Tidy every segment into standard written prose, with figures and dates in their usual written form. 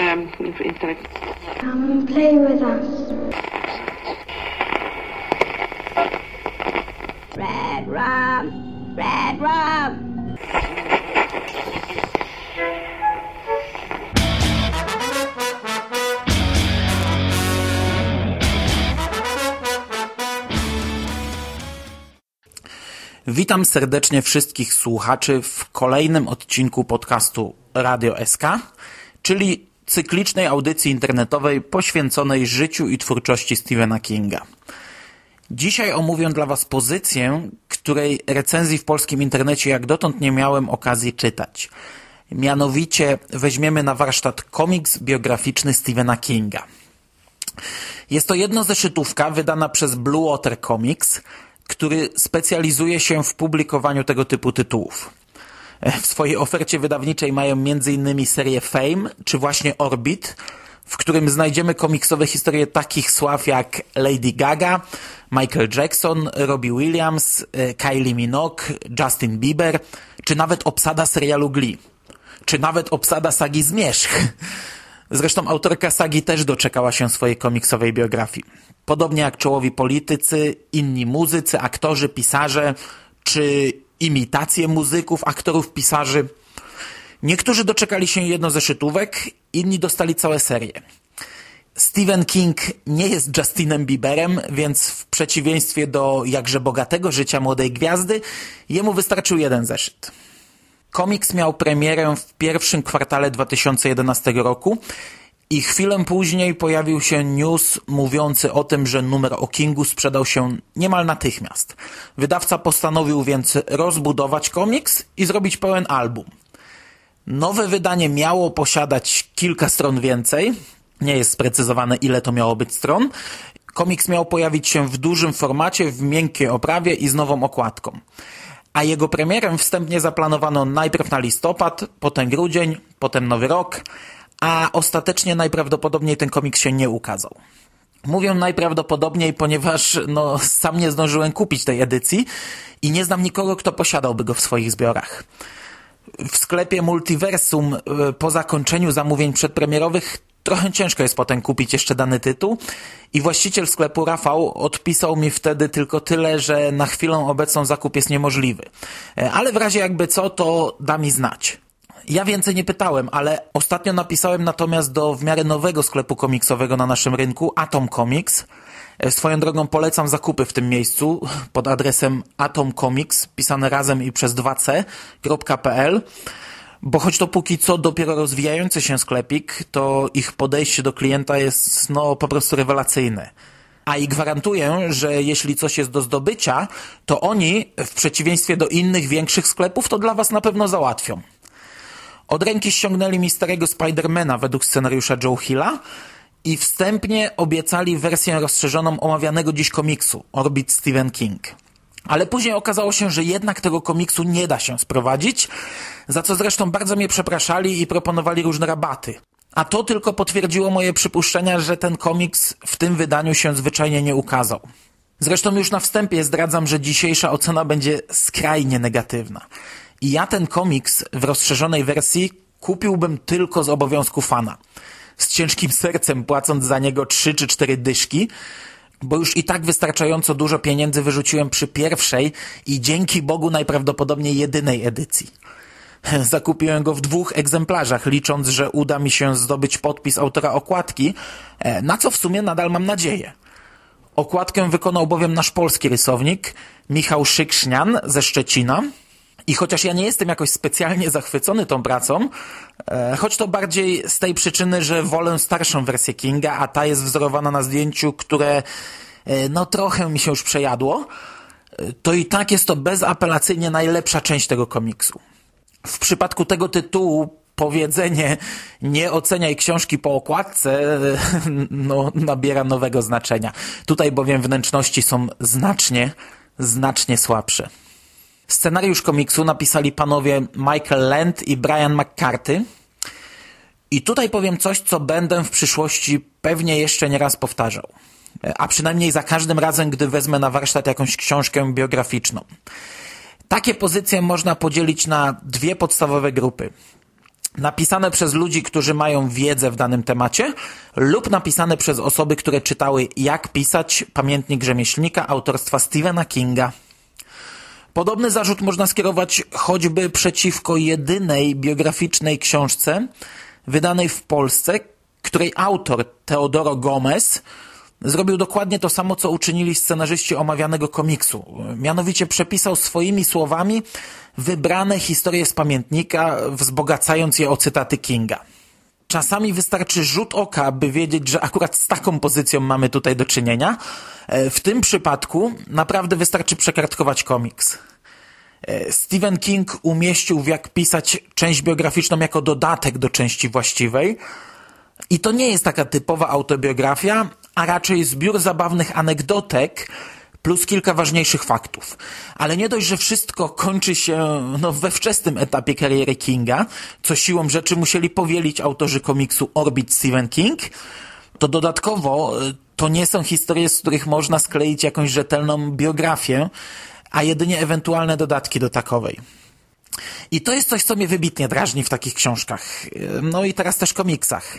Come and play with us. Red rum, red rum. Witam serdecznie wszystkich słuchaczy w kolejnym odcinku podcastu Radio SK, czyli cyklicznej audycji internetowej poświęconej życiu i twórczości Stephena Kinga. Dzisiaj omówię dla Was pozycję, której recenzji w polskim internecie jak dotąd nie miałem okazji czytać. Mianowicie weźmiemy na warsztat komiks biograficzny Stephena Kinga. Jest to jednozeszytówka wydana przez Blue Water Comics, który specjalizuje się w publikowaniu tego typu tytułów. W swojej ofercie wydawniczej mają m.in. serię Fame, czy właśnie Orbit, w którym znajdziemy komiksowe historie takich sław jak Lady Gaga, Michael Jackson, Robbie Williams, Kylie Minogue, Justin Bieber, czy nawet obsada serialu Glee, czy nawet obsada sagi Zmierzch. Zresztą autorka sagi też doczekała się swojej komiksowej biografii. Podobnie jak czołowi politycy, inni muzycy, aktorzy, pisarze, czy imitacje muzyków, aktorów, pisarzy. Niektórzy doczekali się jednozeszytówek, inni dostali całe serie. Stephen King nie jest Justinem Bieberem, więc w przeciwieństwie do jakże bogatego życia młodej gwiazdy, jemu wystarczył jeden zeszyt. Komiks miał premierę w pierwszym kwartale 2011 roku i chwilę później pojawił się news mówiący o tym, że numer o Kingu sprzedał się niemal natychmiast. Wydawca postanowił więc rozbudować komiks i zrobić pełen album. Nowe wydanie miało posiadać kilka stron więcej. Nie jest sprecyzowane, ile to miało być stron. Komiks miał pojawić się w dużym formacie, w miękkiej oprawie i z nową okładką. A jego premierę wstępnie zaplanowano najpierw na listopad, potem grudzień, potem Nowy Rok, a ostatecznie najprawdopodobniej ten komiks się nie ukazał. Mówię najprawdopodobniej, ponieważ sam nie zdążyłem kupić tej edycji i nie znam nikogo, kto posiadałby go w swoich zbiorach. W sklepie Multiversum po zakończeniu zamówień przedpremierowych trochę ciężko jest potem kupić jeszcze dany tytuł i właściciel sklepu Rafał odpisał mi wtedy tylko tyle, że na chwilę obecną zakup jest niemożliwy. Ale w razie jakby co, to da mi znać. Ja więcej nie pytałem, ale ostatnio napisałem natomiast do w miarę nowego sklepu komiksowego na naszym rynku, Atom Comics. Swoją drogą polecam zakupy w tym miejscu pod adresem Atom Comics, pisane razem i przez 2c.pl. Bo choć to póki co dopiero rozwijający się sklepik, to ich podejście do klienta jest po prostu rewelacyjne. A i gwarantuję, że jeśli coś jest do zdobycia, to oni, w przeciwieństwie do innych większych sklepów, to dla Was na pewno załatwią. Od ręki ściągnęli mi starego Spidermana według scenariusza Joe Hilla i wstępnie obiecali wersję rozszerzoną omawianego dziś komiksu Orbit Stephen King. Ale później okazało się, że jednak tego komiksu nie da się sprowadzić, za co zresztą bardzo mnie przepraszali i proponowali różne rabaty. A to tylko potwierdziło moje przypuszczenia, że ten komiks w tym wydaniu się zwyczajnie nie ukazał. Zresztą już na wstępie zdradzam, że dzisiejsza ocena będzie skrajnie negatywna. I ja ten komiks w rozszerzonej wersji kupiłbym tylko z obowiązku fana. Z ciężkim sercem płacąc za niego 3 czy 4 dyszki, bo już i tak wystarczająco dużo pieniędzy wyrzuciłem przy pierwszej i dzięki Bogu najprawdopodobniej jedynej edycji. Zakupiłem go w 2 egzemplarzach, licząc, że uda mi się zdobyć podpis autora okładki, na co w sumie nadal mam nadzieję. Okładkę wykonał bowiem nasz polski rysownik, Michał Szyksznian ze Szczecina. I chociaż ja nie jestem jakoś specjalnie zachwycony tą pracą, choć to bardziej z tej przyczyny, że wolę starszą wersję Kinga, a ta jest wzorowana na zdjęciu, które trochę mi się już przejadło, to i tak jest to bezapelacyjnie najlepsza część tego komiksu. W przypadku tego tytułu powiedzenie nie oceniaj książki po okładce nabiera nowego znaczenia. Tutaj bowiem wnętrzności są znacznie słabsze. Scenariusz komiksu napisali panowie Michael Land i Brian McCarthy. I tutaj powiem coś, co będę w przyszłości pewnie jeszcze nie raz powtarzał. A przynajmniej za każdym razem, gdy wezmę na warsztat jakąś książkę biograficzną. Takie pozycje można podzielić na 2 podstawowe grupy. napisane przez ludzi, którzy mają wiedzę w danym temacie, lub napisane przez osoby, które czytały Jak pisać, Pamiętnik rzemieślnika autorstwa Stephena Kinga. Podobny zarzut można skierować choćby przeciwko jedynej biograficznej książce wydanej w Polsce, której autor Teodoro Gomez zrobił dokładnie to samo, co uczynili scenarzyści omawianego komiksu. Mianowicie przepisał swoimi słowami wybrane historie z pamiętnika, wzbogacając je o cytaty Kinga. Czasami wystarczy rzut oka, by wiedzieć, że akurat z taką pozycją mamy tutaj do czynienia. W tym przypadku naprawdę wystarczy przekartkować komiks. Stephen King umieścił w Jak pisać część biograficzną jako dodatek do części właściwej. I to nie jest taka typowa autobiografia, a raczej zbiór zabawnych anegdotek plus kilka ważniejszych faktów. Ale nie dość, że wszystko kończy się we wczesnym etapie kariery Kinga, co siłą rzeczy musieli powielić autorzy komiksu Orbit Stephen King, to dodatkowo to nie są historie, z których można skleić jakąś rzetelną biografię, a jedynie ewentualne dodatki do takowej. I to jest coś, co mnie wybitnie drażni w takich książkach. No i teraz też komiksach.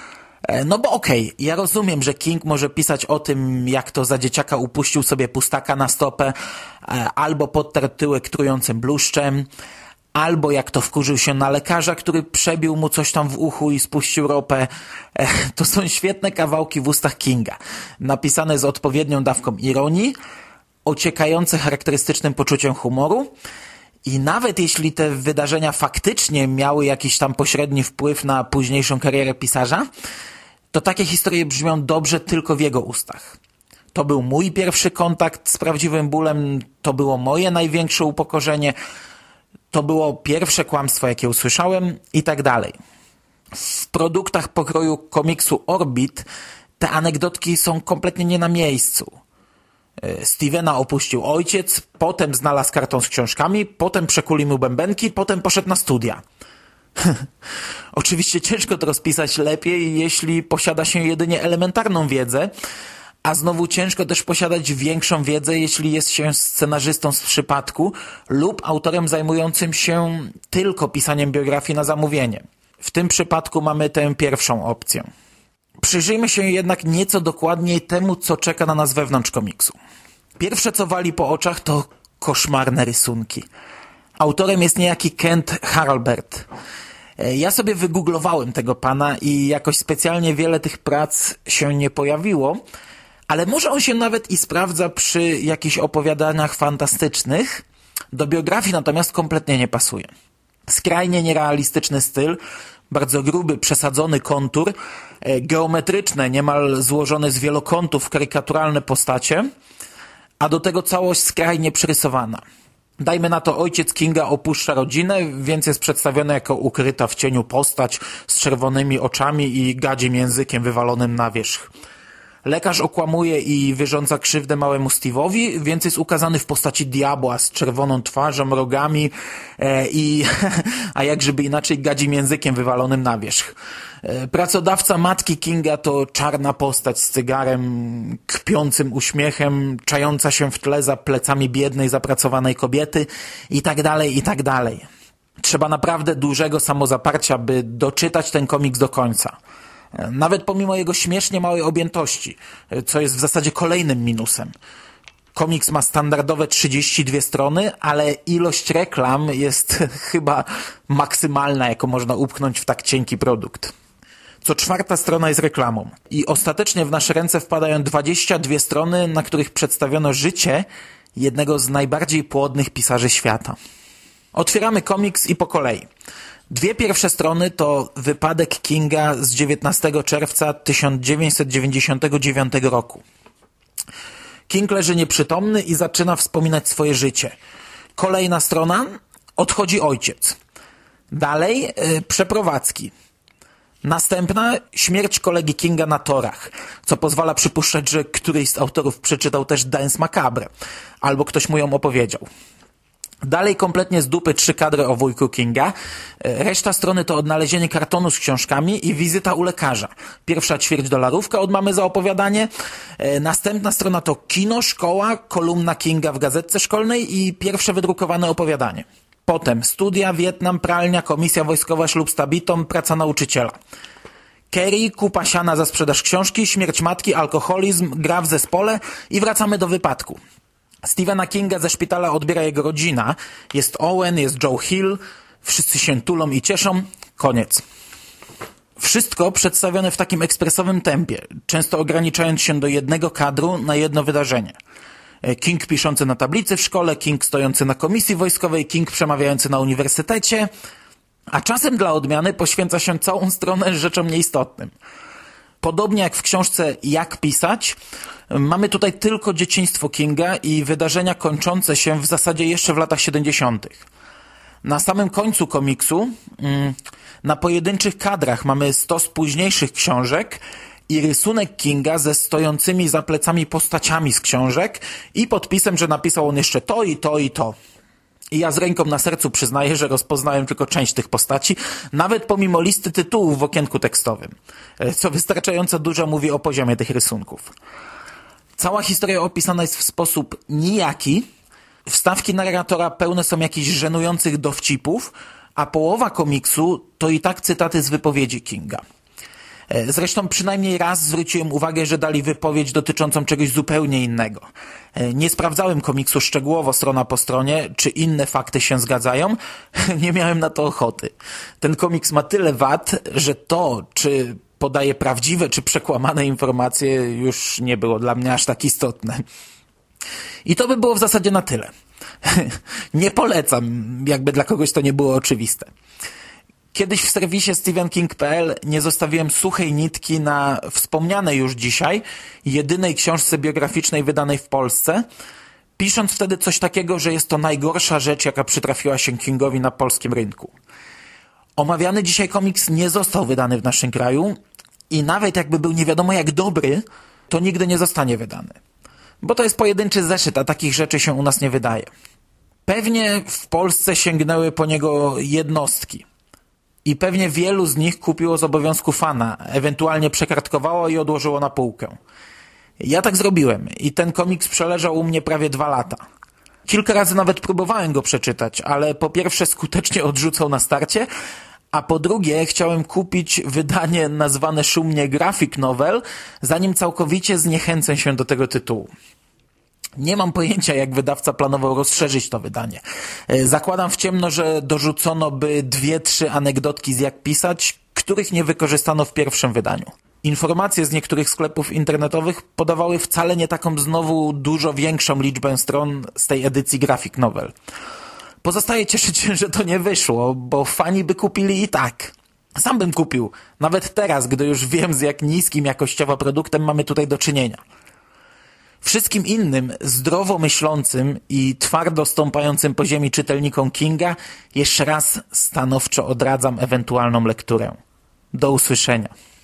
No bo okej, ja rozumiem, że King może pisać o tym, jak to za dzieciaka upuścił sobie pustaka na stopę, albo podtarł tyłek trującym bluszczem, albo jak to wkurzył się na lekarza, który przebił mu coś tam w uchu i spuścił ropę. To są świetne kawałki w ustach Kinga, napisane z odpowiednią dawką ironii, ociekające charakterystycznym poczuciem humoru. I nawet jeśli te wydarzenia faktycznie miały jakiś tam pośredni wpływ na późniejszą karierę pisarza, to takie historie brzmią dobrze tylko w jego ustach. To był mój pierwszy kontakt z prawdziwym bólem, to było moje największe upokorzenie, to było pierwsze kłamstwo, jakie usłyszałem i tak dalej. W produktach pokroju komiksu Orbit te anegdotki są kompletnie nie na miejscu. Stevena opuścił ojciec, potem znalazł karton z książkami, potem przekuli mu bębenki, potem poszedł na studia. Oczywiście ciężko to rozpisać lepiej, jeśli posiada się jedynie elementarną wiedzę, a znowu ciężko też posiadać większą wiedzę, jeśli jest się scenarzystą z przypadku lub autorem zajmującym się tylko pisaniem biografii na zamówienie. W tym przypadku mamy tę pierwszą opcję. Przyjrzyjmy się jednak nieco dokładniej temu, co czeka na nas wewnątrz komiksu. Pierwsze, co wali po oczach, to koszmarne rysunki. Autorem jest niejaki Kent Harlbert. Ja sobie wygooglowałem tego pana i jakoś specjalnie wiele tych prac się nie pojawiło, ale może on się nawet i sprawdza przy jakichś opowiadaniach fantastycznych. Do biografii natomiast kompletnie nie pasuje. Skrajnie nierealistyczny styl, bardzo gruby, przesadzony kontur, geometryczne, niemal złożone z wielokątów karykaturalne postacie, a do tego całość skrajnie przerysowana. Dajmy na to, ojciec Kinga opuszcza rodzinę, więc jest przedstawiony jako ukryta w cieniu postać z czerwonymi oczami i gadzim językiem wywalonym na wierzch. Lekarz okłamuje i wyrządza krzywdę małemu Steve'owi, więc jest ukazany w postaci diabła z czerwoną twarzą, rogami a jakżeby inaczej gadzim językiem wywalonym na wierzch. Pracodawca matki Kinga to czarna postać z cygarem, kpiącym uśmiechem, czająca się w tle za plecami biednej, zapracowanej kobiety i tak dalej, i tak dalej. Trzeba naprawdę dużego samozaparcia, by doczytać ten komiks do końca. Nawet pomimo jego śmiesznie małej objętości, co jest w zasadzie kolejnym minusem. Komiks ma standardowe 32 strony, ale ilość reklam jest chyba maksymalna, jaką można upchnąć w tak cienki produkt. Co 4. strona jest reklamą. I ostatecznie w nasze ręce wpadają 22 strony, na których przedstawiono życie jednego z najbardziej płodnych pisarzy świata. Otwieramy komiks i po kolei. 2 pierwsze strony to wypadek Kinga z 19 czerwca 1999 roku. King leży nieprzytomny i zaczyna wspominać swoje życie. Kolejna strona, odchodzi ojciec. Dalej przeprowadzki. Następna, śmierć kolegi Kinga na torach, co pozwala przypuszczać, że któryś z autorów przeczytał też Dance Macabre, albo ktoś mu ją opowiedział. Dalej kompletnie z dupy 3 kadry o wujku Kinga. Reszta strony to odnalezienie kartonu z książkami i wizyta u lekarza. Pierwsza $ćwierć od mamy za opowiadanie. Następna strona to kino, szkoła, kolumna Kinga w gazetce szkolnej i pierwsze wydrukowane opowiadanie. Potem studia, Wietnam, pralnia, komisja wojskowa, ślub z Tabitą, praca nauczyciela. Kerry, kupa siana za sprzedaż książki, śmierć matki, alkoholizm, gra w zespole i wracamy do wypadku. Stephena Kinga ze szpitala odbiera jego rodzina. Jest Owen, jest Joe Hill, wszyscy się tulą i cieszą. Koniec. Wszystko przedstawione w takim ekspresowym tempie, często ograniczając się do jednego kadru na jedno wydarzenie. King piszący na tablicy w szkole, King stojący na komisji wojskowej, King przemawiający na uniwersytecie, a czasem dla odmiany poświęca się całą stronę rzeczom nieistotnym. Podobnie jak w książce Jak pisać, mamy tutaj tylko dzieciństwo Kinga i wydarzenia kończące się w zasadzie jeszcze w latach 70. Na samym końcu komiksu, na pojedynczych kadrach mamy stos późniejszych książek i rysunek Kinga ze stojącymi za plecami postaciami z książek i podpisem, że napisał on jeszcze to i to i to. I ja z ręką na sercu przyznaję, że rozpoznałem tylko część tych postaci, nawet pomimo listy tytułów w okienku tekstowym, co wystarczająco dużo mówi o poziomie tych rysunków. Cała historia opisana jest w sposób nijaki, wstawki narratora pełne są jakichś żenujących dowcipów, a połowa komiksu to i tak cytaty z wypowiedzi Kinga. Zresztą przynajmniej raz zwróciłem uwagę, że dali wypowiedź dotyczącą czegoś zupełnie innego. Nie sprawdzałem komiksu szczegółowo strona po stronie, czy inne fakty się zgadzają. Nie miałem na to ochoty. Ten komiks ma tyle wad, że to, czy podaje prawdziwe, czy przekłamane informacje, już nie było dla mnie aż tak istotne. I to by było w zasadzie na tyle. Nie polecam, jakby dla kogoś to nie było oczywiste. Kiedyś w serwisie stephenking.pl nie zostawiłem suchej nitki na wspomnianej już dzisiaj jedynej książce biograficznej wydanej w Polsce, pisząc wtedy coś takiego, że jest to najgorsza rzecz, jaka przytrafiła się Kingowi na polskim rynku. Omawiany dzisiaj komiks nie został wydany w naszym kraju i nawet jakby był nie wiadomo jak dobry, to nigdy nie zostanie wydany. Bo to jest pojedynczy zeszyt, a takich rzeczy się u nas nie wydaje. Pewnie w Polsce sięgnęły po niego jednostki. I pewnie wielu z nich kupiło z obowiązku fana, ewentualnie przekartkowało i odłożyło na półkę. Ja tak zrobiłem i ten komiks przeleżał u mnie prawie 2 lata. Kilka razy nawet próbowałem go przeczytać, ale po pierwsze skutecznie odrzucał na starcie, a po drugie chciałem kupić wydanie nazwane szumnie graphic novel, zanim całkowicie zniechęcę się do tego tytułu. Nie mam pojęcia, jak wydawca planował rozszerzyć to wydanie. Zakładam w ciemno, że dorzucono by 2-3 anegdotki z Jak pisać, których nie wykorzystano w pierwszym wydaniu. Informacje z niektórych sklepów internetowych podawały wcale nie taką znowu dużo większą liczbę stron z tej edycji graphic novel. Pozostaje cieszyć się, że to nie wyszło, bo fani by kupili i tak. Sam bym kupił, nawet teraz, gdy już wiem, z jak niskim jakościowo produktem mamy tutaj do czynienia. Wszystkim innym zdrowo myślącym i twardo stąpającym po ziemi czytelnikom Kinga jeszcze raz stanowczo odradzam ewentualną lekturę. Do usłyszenia.